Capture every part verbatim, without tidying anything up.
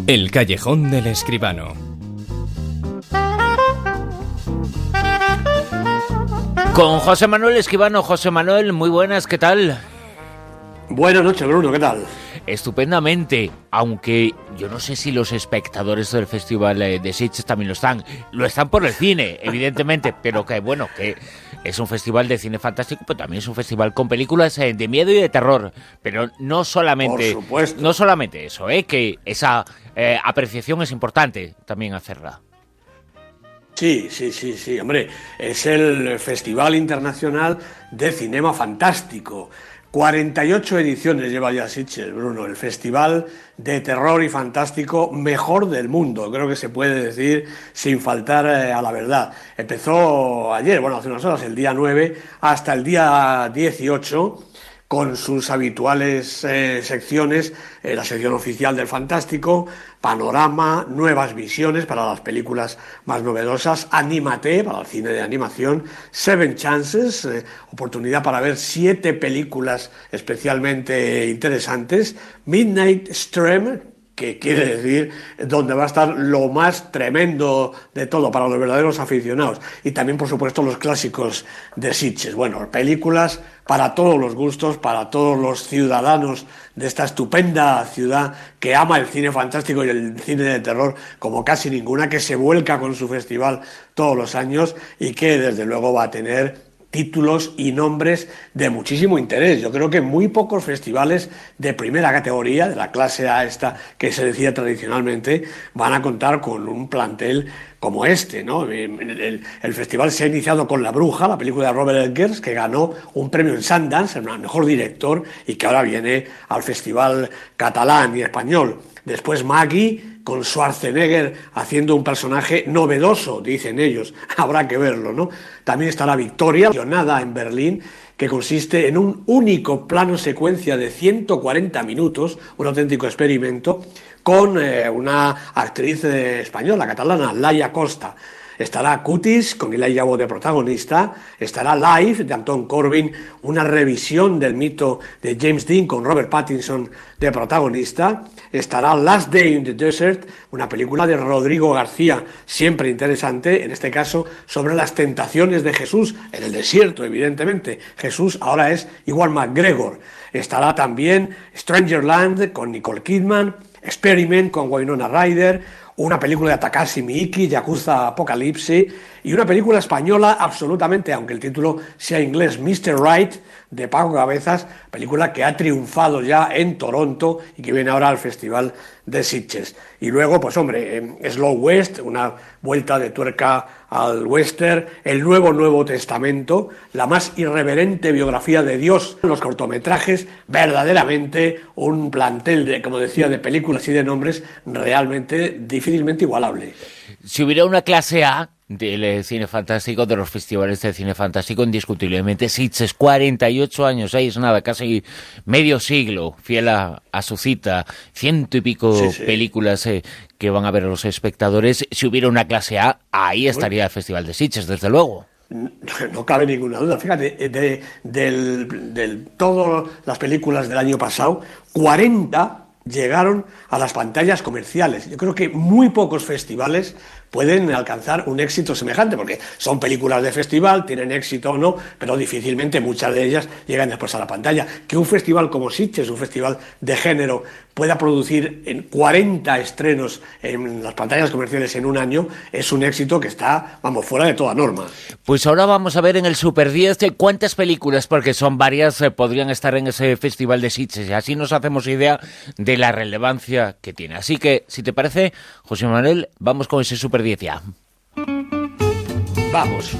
El callejón del escribano. Con José Manuel Escribano. José Manuel, muy buenas, ¿qué tal? Buenas noches, Bruno, ¿qué tal? Estupendamente, aunque yo no sé si los espectadores del Festival de Sitges también lo están. Lo están por el cine, evidentemente, pero que bueno, que es un festival de cine fantástico, pero también es un festival con películas de miedo y de terror. Pero no solamente, por supuesto. no solamente eso, ¿eh? Que esa eh, apreciación es importante también hacerla. Sí, sí, sí, sí, hombre, es el Festival Internacional de Cinema Fantástico. cuarenta y ocho ediciones lleva ya Sitges, Bruno, el festival de terror y fantástico mejor del mundo, creo que se puede decir sin faltar eh, a la verdad. Empezó ayer, bueno, hace unas horas, el día nueve, hasta el día dieciocho, con sus habituales eh, secciones, eh, la sección oficial del Fantástico, Panorama, Nuevas Visiones para las películas más novedosas, Anímate para el cine de animación, Seven Chances, eh, oportunidad para ver siete películas especialmente interesantes, Midnight Stream, que quiere decir donde va a estar lo más tremendo de todo para los verdaderos aficionados, y también por supuesto los clásicos de Sitges. Bueno, películas para todos los gustos, para todos los ciudadanos de esta estupenda ciudad que ama el cine fantástico y el cine de terror como casi ninguna, que se vuelca con su festival todos los años y que desde luego va a tener títulos y nombres de muchísimo interés. Yo creo que muy pocos festivales de primera categoría, de la clase A esta que se decía tradicionalmente, van a contar con un plantel como este, ¿no? El, el, el festival se ha iniciado con La Bruja, la película de Robert Eggers, que ganó un premio en Sundance, el mejor director, y que ahora viene al festival catalán y español. Después Maggie, con Schwarzenegger haciendo un personaje novedoso, dicen ellos, habrá que verlo, ¿no? También está la Victoria, guionada en Berlín, que consiste en un único plano secuencia de ciento cuarenta minutos, un auténtico experimento, con eh, una actriz eh, española, catalana, Laia Costa. Estará Cutis, con Elijah Wood de protagonista, estará Life, de Anton Corbijn, una revisión del mito de James Dean con Robert Pattinson de protagonista, estará Last Day in the Desert, una película de Rodrigo García, siempre interesante, en este caso sobre las tentaciones de Jesús, en el desierto, evidentemente. Jesús ahora es Ewan McGregor. Estará también Strangerland con Nicole Kidman, Experiment con Winona Ryder, una película de Takashi Miike, Yakuza Apocalypse, y una película española absolutamente, aunque el título sea inglés, mister Right, de Paco Cabezas, película que ha triunfado ya en Toronto y que viene ahora al Festival de Sitges. Y luego, pues hombre, eh, Slow West, una vuelta de tuerca al western, el nuevo Nuevo Testamento, la más irreverente biografía de Dios, los cortometrajes, verdaderamente un plantel, de, como decía, de películas y de nombres realmente difícilmente igualable. Si hubiera una clase A del cine fantástico, de los festivales de cine fantástico, indiscutiblemente Sitges, cuarenta y ocho años, ahí es nada, casi medio siglo, fiel a, a su cita, ciento y pico sí, sí. películas eh, que van a ver los espectadores. Si hubiera una clase A, ahí estaría el Festival de Sitges, desde luego. No cabe ninguna duda. Fíjate, de, de, del, del todas las películas del año pasado, cuarenta llegaron a las pantallas comerciales. Yo creo que muy pocos festivales pueden alcanzar un éxito semejante, porque son películas de festival, tienen éxito o no, pero difícilmente muchas de ellas llegan después a la pantalla. Que un festival como Sitges, un festival de género, pueda producir en cuarenta estrenos en las pantallas comerciales en un año, es un éxito que está, vamos, fuera de toda norma. Pues ahora vamos a ver en el Super diez cuántas películas, porque son varias, eh, podrían estar en ese Festival de Sitges, y así nos hacemos idea de la relevancia que tiene. Así que, si te parece, José Manuel, vamos con ese Super diez ya. Vamos.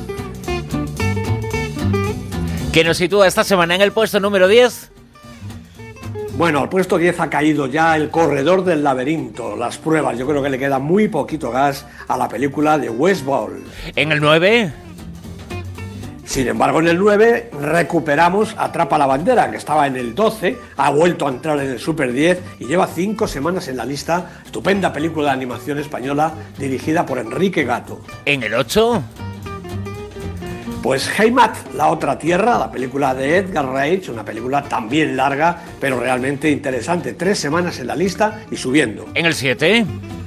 ¿Qué nos sitúa esta semana en el puesto número diez? Bueno, al puesto diez ha caído ya El Corredor del Laberinto, las pruebas. Yo creo que le queda muy poquito gas a la película de Westworld. ¿En el nueve? Sin embargo, en el nueve recuperamos Atrapa la Bandera, que estaba en el doce, ha vuelto a entrar en el Super diez y lleva cinco semanas en la lista. Estupenda película de animación española dirigida por Enrique Gato. ¿En el ocho? Pues Heimat, la otra tierra, la película de Edgar Wright, una película también larga, pero realmente interesante. Tres semanas en la lista y subiendo. En el siete.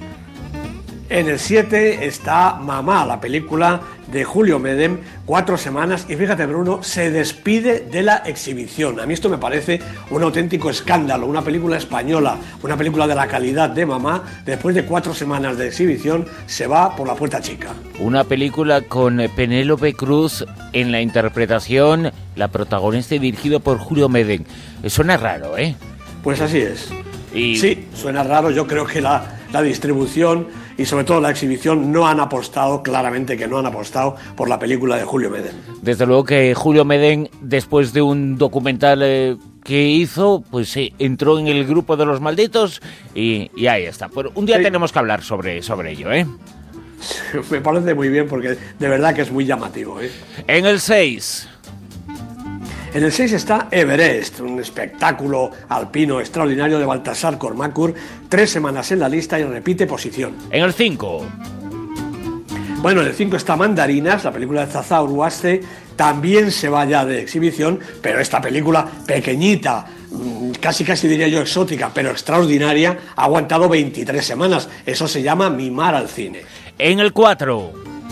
En el siete está Mamá, la película de Julio Medem, cuatro semanas, y fíjate, Bruno, se despide de la exhibición. A mí esto me parece un auténtico escándalo, una película española, una película de la calidad de Mamá, después de cuatro semanas de exhibición, se va por la puerta chica. Una película con Penélope Cruz en la interpretación, la protagonista y dirigido por Julio Medem. Suena raro, ¿eh? Pues así es. Y... Sí, suena raro, yo creo que la, la distribución y sobre todo la exhibición no han apostado, claramente que no han apostado por la película de Julio Medem. Desde luego que Julio Medem, después de un documental eh, que hizo, pues eh, entró en el grupo de los malditos y, y ahí está. Pero un día sí. tenemos que hablar sobre, sobre ello, ¿eh? Me parece muy bien porque de verdad que es muy llamativo, ¿eh? En el seis... En el seis está Everest, un espectáculo alpino extraordinario de Baltasar Kormákur, tres semanas en la lista y repite posición. En el cinco. Bueno, en el cinco está Mandarinas, la película de Zaza Uruaste, también se va ya de exhibición, pero esta película pequeñita, casi casi diría yo exótica, pero extraordinaria, ha aguantado veintitrés semanas. Eso se llama mimar al cine. En el cuatro.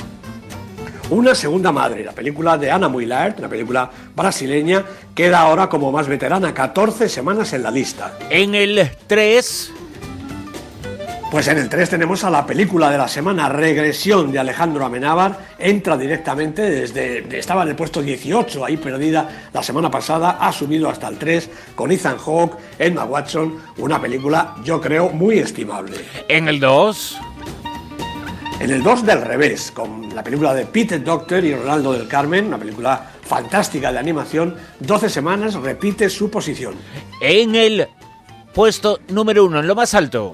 Una segunda madre, la película de Ana Muilart, una película brasileña, queda ahora como más veterana, catorce semanas en la lista. En el tres... Pues en el tres tenemos a la película de la semana, Regresión, de Alejandro Amenábar. Entra directamente desde... Estaba en el puesto dieciocho, ahí perdida la semana pasada, ha subido hasta el tres, con Ethan Hawke, Emma Watson, una película, yo creo, muy estimable. En el dos... En el dos del revés, con la película de Peter Docter y Ronaldo del Carmen, una película fantástica de animación, doce semanas, repite su posición. En el puesto número uno, en lo más alto.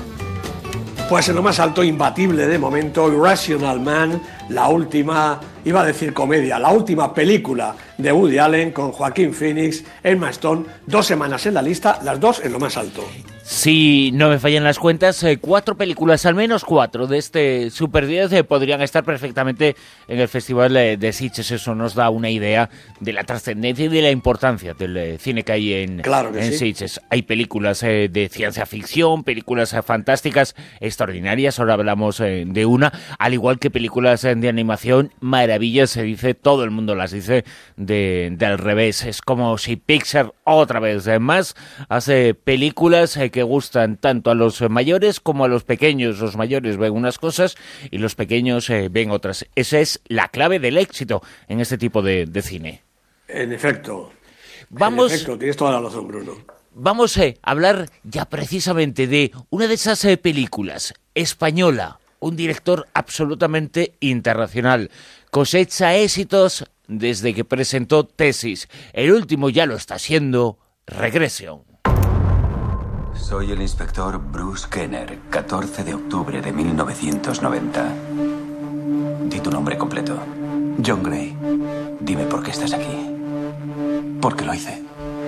Pues en lo más alto, imbatible de momento, Irrational Man, la última, iba a decir comedia, la última película de Woody Allen con Joaquín Phoenix, Emma Stone, dos semanas en la lista, las dos en lo más alto. Si no me fallan las cuentas, eh, cuatro películas, al menos cuatro de este Super diez eh, podrían estar perfectamente en el Festival eh, de Sitges. Eso nos da una idea de la trascendencia y de la importancia del eh, cine que hay en, claro que en sí. Sitges. Hay películas eh, de ciencia ficción, películas eh, fantásticas, extraordinarias, ahora hablamos eh, de una, al igual que películas eh, de animación, maravillas, se dice, todo el mundo las dice de, de al revés. Es como si Pixar otra vez eh, más hace películas eh, que gustan tanto a los mayores como a los pequeños. Los mayores ven unas cosas y los pequeños eh, ven otras. Esa es la clave del éxito en este tipo de, de cine. En efecto. Vamos, en efecto, tienes toda la razón, Bruno. Vamos eh, a hablar ya precisamente de una de esas eh, películas, española, un director absolutamente internacional, cosecha éxitos desde que presentó Tesis. El último ya lo está siendo, Regresión. Soy el inspector Bruce Kenner, catorce de octubre de mil novecientos noventa. Di tu nombre completo. John Gray. Dime por qué estás aquí. ¿Por qué lo hice?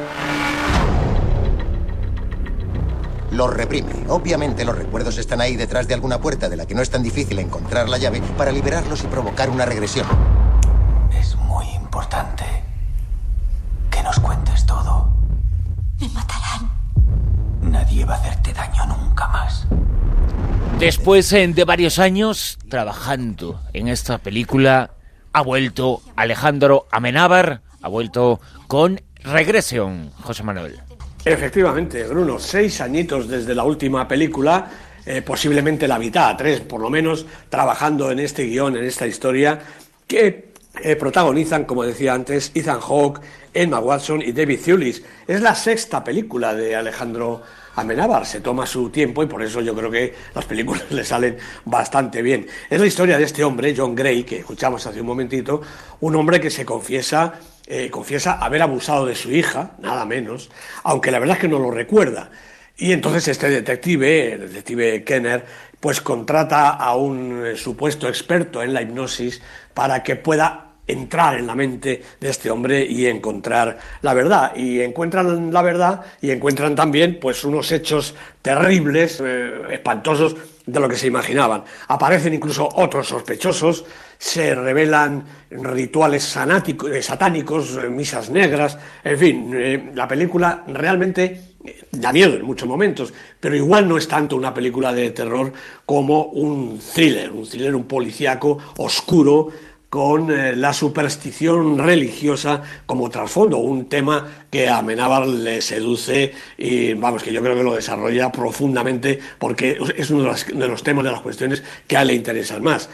Los reprime. Obviamente los recuerdos están ahí detrás de alguna puerta de la que no es tan difícil encontrar la llave para liberarlos y provocar una regresión. Es muy importante que nos cuentes todo. Me matarán. Nadie va a hacerte daño nunca más. Después eh, de varios años trabajando en esta película, ha vuelto Alejandro Amenábar, ha vuelto con Regresión, José Manuel. Efectivamente, Bruno, seis añitos desde la última película, eh, posiblemente la mitad, tres por lo menos, trabajando en este guión, en esta historia, que eh, protagonizan, como decía antes, Ethan Hawke, Emma Watson y David Thewlis. Es la sexta película de Alejandro Amenábar, se toma su tiempo y por eso yo creo que las películas le salen bastante bien. Es la historia de este hombre, John Gray, que escuchamos hace un momentito, un hombre que se confiesa, eh, confiesa haber abusado de su hija, nada menos, aunque la verdad es que no lo recuerda. Y entonces este detective, el detective Kenner, pues contrata a un eh, supuesto experto en la hipnosis para que pueda entrar en la mente de este hombre y encontrar la verdad. Y encuentran la verdad y encuentran también pues unos hechos terribles, eh, espantosos, de lo que se imaginaban. Aparecen incluso otros sospechosos, se revelan rituales sanáticos, eh, satánicos, eh, misas negras, en fin, eh, la película realmente eh, da miedo en muchos momentos, pero igual no es tanto una película de terror como un thriller, un thriller, un policíaco oscuro, con eh, la superstición religiosa como trasfondo, un tema que a Amenábar le seduce y vamos, que yo creo que lo desarrolla profundamente porque es uno de los, de los temas, de las cuestiones que a él le interesan más.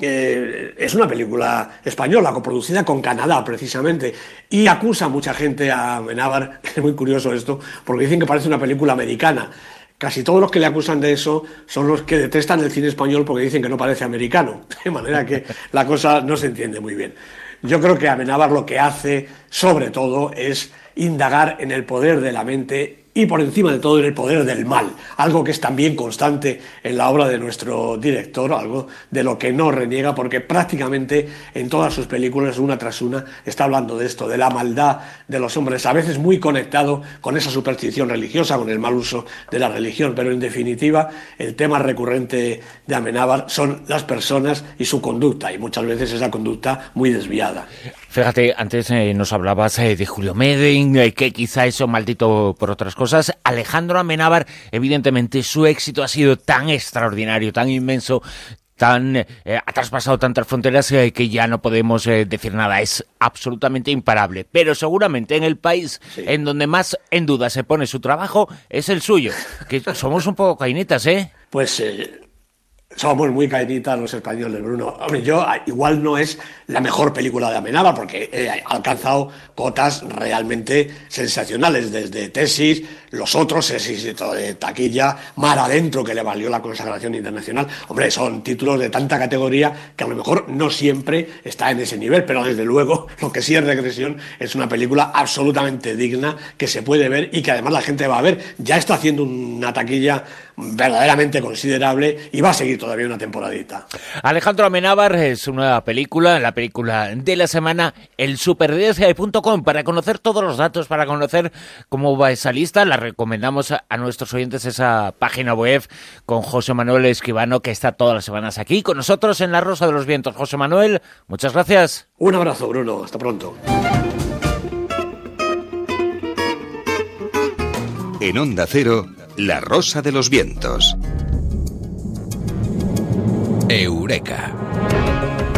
Eh, es una película española, coproducida con Canadá precisamente, y acusa a mucha gente a Amenábar, es muy curioso esto, porque dicen que parece una película americana. Casi todos los que le acusan de eso son los que detestan el cine español porque dicen que no parece americano, de manera que la cosa no se entiende muy bien. Yo creo que Amenábar lo que hace, sobre todo, es indagar en el poder de la mente y por encima de todo en el poder del mal, algo que es también constante en la obra de nuestro director, algo de lo que no reniega, porque prácticamente en todas sus películas, una tras una, está hablando de esto, de la maldad de los hombres, a veces muy conectado con esa superstición religiosa, con el mal uso de la religión, pero en definitiva el tema recurrente de Amenábar son las personas y su conducta, y muchas veces esa conducta muy desviada. Fíjate, antes eh, nos hablabas eh, de Julio Medem, eh, que quizá eso maldito por otras cosas. Alejandro Amenábar, evidentemente su éxito ha sido tan extraordinario, tan inmenso, tan eh, ha traspasado tantas fronteras eh, que ya no podemos eh, decir nada, es absolutamente imparable. Pero seguramente en el país sí. en donde más en duda se pone su trabajo es el suyo, que somos un poco cainitas, ¿eh? Pues eh, somos muy cainitas los españoles, Bruno. Hombre, yo igual no es la mejor película de Amenábar porque eh, ha alcanzado cotas realmente sensacionales, desde Tesis, Los Otros, éxito de taquilla, Mar Adentro, que le valió la consagración internacional. Hombre, son títulos de tanta categoría que a lo mejor no siempre está en ese nivel, pero desde luego lo que sí es Regresión es una película absolutamente digna que se puede ver y que además la gente va a ver. Ya está haciendo una taquilla verdaderamente considerable y va a seguir todavía una temporadita. Alejandro Amenábar es una película, la película de la semana, el super diez punto com, para conocer todos los datos, para conocer cómo va esa lista. La recomendamos a, a nuestros oyentes esa página web con José Manuel Escribano, que está todas las semanas aquí con nosotros en La Rosa de los Vientos. José Manuel, muchas gracias. Un abrazo, Bruno. Hasta pronto. En Onda Cero, La Rosa de los Vientos. Eureka.